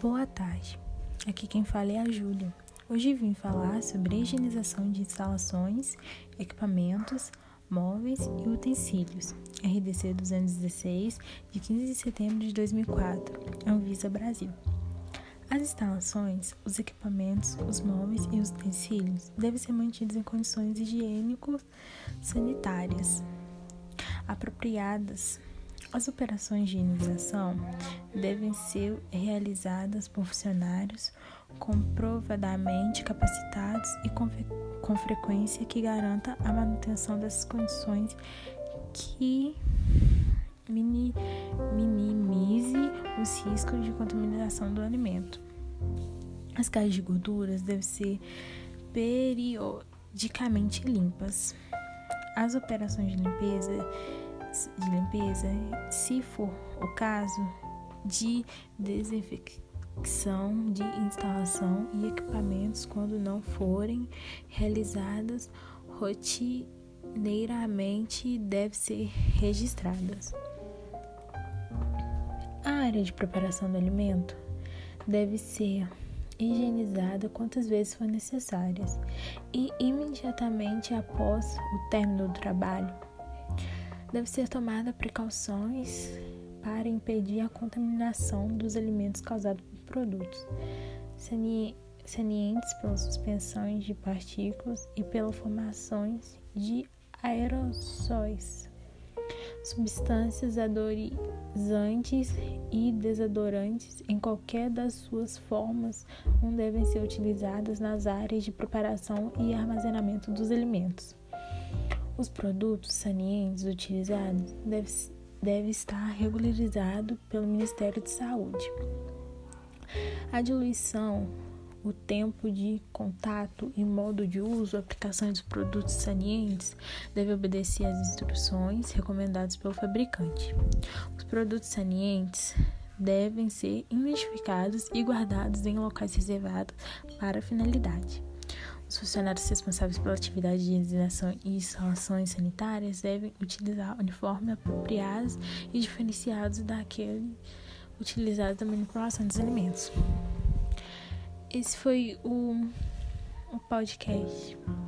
Boa tarde, aqui quem fala é a Júlia. Hoje vim falar sobre a higienização de instalações, equipamentos, móveis e utensílios, RDC 216, de 15 de setembro de 2004, Anvisa Brasil. As instalações, os equipamentos, os móveis e os utensílios devem ser mantidos em condições higiênico-sanitárias apropriadas. As operações de higienização devem ser realizadas por funcionários comprovadamente capacitados e com frequência que garanta a manutenção dessas condições que minimize os riscos de contaminação do alimento. As caixas de gorduras devem ser periodicamente limpas. As operações de limpeza, se for o caso, de desinfecção de instalação e equipamentos, quando não forem realizadas rotineiramente, devem ser registradas. A área de preparação do alimento deve ser higienizada quantas vezes for necessárias e imediatamente após o término do trabalho. Deve ser tomada precauções para impedir a contaminação dos alimentos causados por produtos salientes pelas suspensões de partículas e pelas formações de aerossóis. Substâncias odorizantes e desodorantes em qualquer das suas formas não devem ser utilizadas nas áreas de preparação e armazenamento dos alimentos. Os produtos salientes utilizados devem estar regularizados pelo Ministério da Saúde. A diluição, o tempo de contato e modo de uso, aplicação dos produtos salientes deve obedecer às instruções recomendadas pelo fabricante. Os produtos salientes devem ser identificados e guardados em locais reservados para a finalidade. Os funcionários responsáveis pela atividade de higienização e instalações sanitárias devem utilizar uniformes apropriados e diferenciados daquele utilizado na manipulação dos alimentos. Esse foi o podcast.